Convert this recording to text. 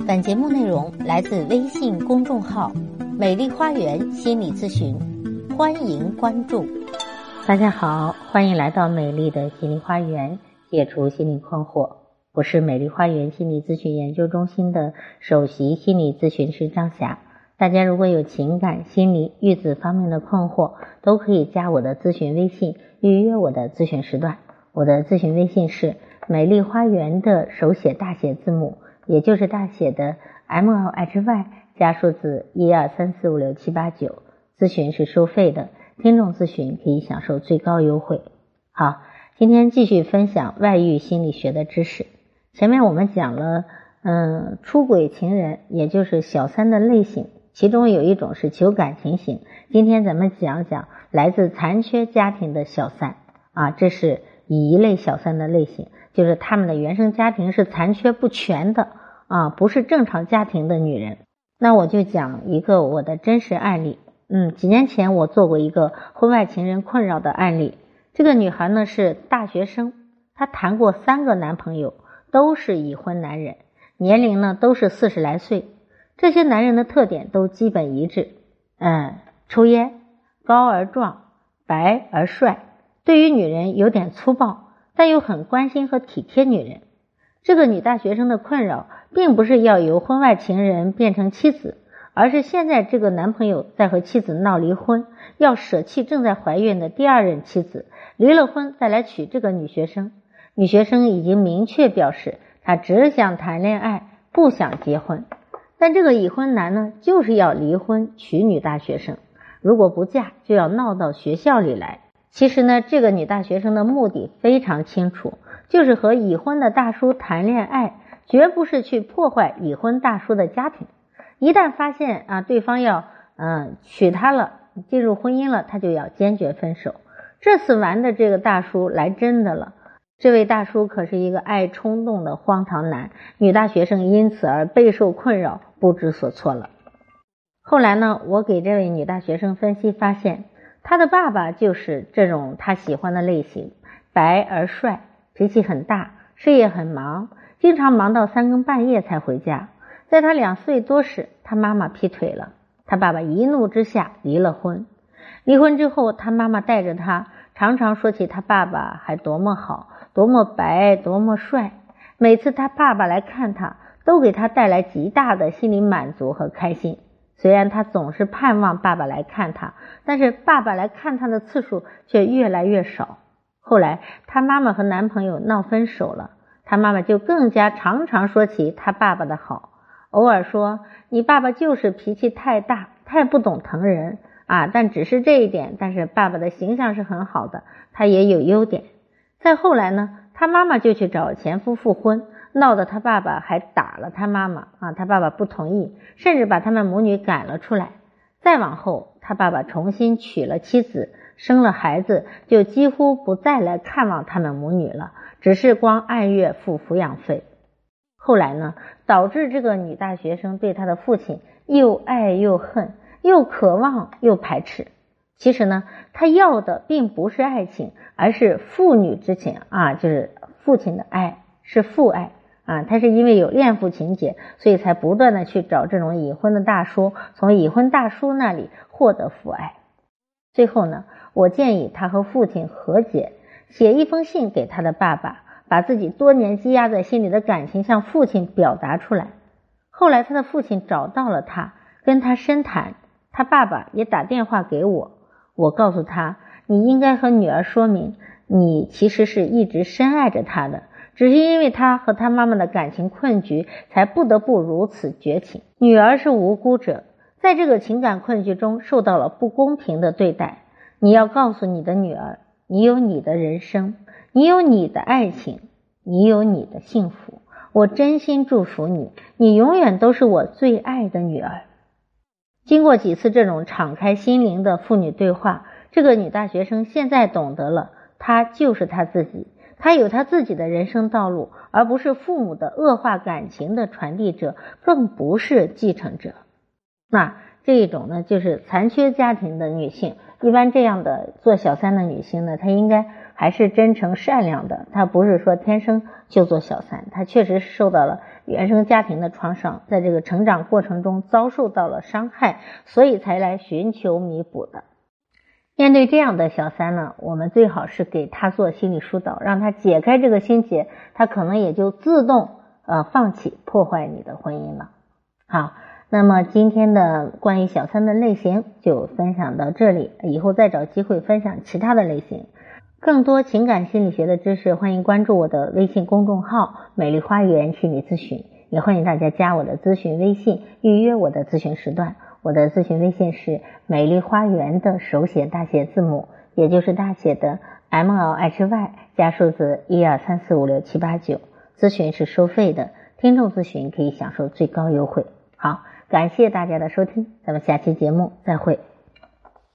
本节目内容来自微信公众号美丽花园心理咨询，欢迎关注。 大家好，欢迎来到美丽的心理花园，解除心理困惑。我是美丽花园心理咨询研究中心的首席心理咨询师张霞。大家如果有情感、心理、育子方面的困惑，都可以加我的咨询微信，预约我的咨询时段。我的咨询微信是美丽花园的手写大写字母，也就是大写的 MLHY 加数字123456789。咨询是收费的，听众咨询可以享受最高优惠。好，今天继续分享外遇心理学的知识。前面我们讲了出轨情人，也就是小三的类型，其中有一种是求感情型。今天咱们讲讲来自残缺家庭的小三这是一类小三的类型，就是他们的原生家庭是残缺不全的不是正常家庭的女人。那我就讲一个我的真实案例。几年前我做过一个婚外情人困扰的案例。这个女孩呢是大学生，她谈过3个男朋友，都是已婚男人，年龄呢都是40来岁。这些男人的特点都基本一致，抽烟，高而壮，白而帅，对于女人有点粗暴，但又很关心和体贴女人。这个女大学生的困扰并不是要由婚外情人变成妻子，而是现在这个男朋友在和妻子闹离婚，要舍弃正在怀孕的第2任妻子，离了婚再来娶这个女学生。女学生已经明确表示她只想谈恋爱，不想结婚。但这个已婚男呢，就是要离婚娶女大学生，如果不嫁就要闹到学校里来。其实呢，这个女大学生的目的非常清楚，就是和已婚的大叔谈恋爱，绝不是去破坏已婚大叔的家庭。一旦发现对方要娶她了，进入婚姻了，她就要坚决分手。这次玩的这个大叔来真的了。这位大叔可是一个爱冲动的荒唐男，女大学生因此而备受困扰，不知所措了。后来呢，我给这位女大学生分析发现，她的爸爸就是这种她喜欢的类型，白而帅，脾气很大，事业很忙，经常忙到3更半夜才回家。在她2岁多时，她妈妈劈腿了，她爸爸一怒之下离了婚。离婚之后，她妈妈带着她常常说起她爸爸还多么好，多么白，多么帅。每次她爸爸来看她，都给她带来极大的心理满足和开心。虽然她总是盼望爸爸来看她，但是爸爸来看她的次数却越来越少。后来她妈妈和男朋友闹分手了，她妈妈就更加常常说起她爸爸的好，偶尔说你爸爸就是脾气太大，太不懂疼人但只是这一点，但是爸爸的形象是很好的，他也有优点。再后来呢，他妈妈就去找前夫复婚，闹得他爸爸还打了他妈妈他爸爸不同意，甚至把他们母女赶了出来。再往后，他爸爸重新娶了妻子，生了孩子，就几乎不再来看望他们母女了，只是光按月付抚养费。后来呢，导致这个女大学生对她的父亲又爱又恨，又渴望又排斥。其实呢，她要的并不是爱情，而是父女之情就是父亲的爱，是父爱她是因为有恋父情节，所以才不断的去找这种已婚的大叔，从已婚大叔那里获得父爱。最后呢，我建议她和父亲和解，写一封信给她的爸爸，把自己多年积压在心里的感情向父亲表达出来。后来她的父亲找到了她，跟她深谈，她爸爸也打电话给我，我告诉他，你应该和女儿说明，你其实是一直深爱着她的，只是因为她和她妈妈的感情困局，才不得不如此绝情。女儿是无辜者，在这个情感困局中受到了不公平的对待。你要告诉你的女儿，你有你的人生，你有你的爱情，你有你的幸福。我真心祝福你，你永远都是我最爱的女儿。经过几次这种敞开心灵的父女对话，这个女大学生现在懂得了，她就是她自己，她有她自己的人生道路，而不是父母的恶化感情的传递者，更不是继承者。 这一种呢就是残缺家庭的女性。一般这样的做小三的女性呢，她应该还是真诚善良的，她不是说天生就做小三，她确实是受到了原生家庭的创伤，在这个成长过程中遭受到了伤害，所以才来寻求弥补的。面对这样的小三呢，我们最好是给他做心理疏导，让他解开这个心结，他可能也就自动放弃破坏你的婚姻了。好，那么今天的关于小三的类型就分享到这里，以后再找机会分享其他的类型。更多情感心理学的知识，欢迎关注我的微信公众号美丽花园心理咨询，也欢迎大家加我的咨询微信，预约我的咨询时段。我的咨询微信是美丽花园的手写大写字母，也就是大写的 MLHY 加数字123456789，咨询是收费的，听众咨询可以享受最高优惠。好，感谢大家的收听，咱们下期节目再会。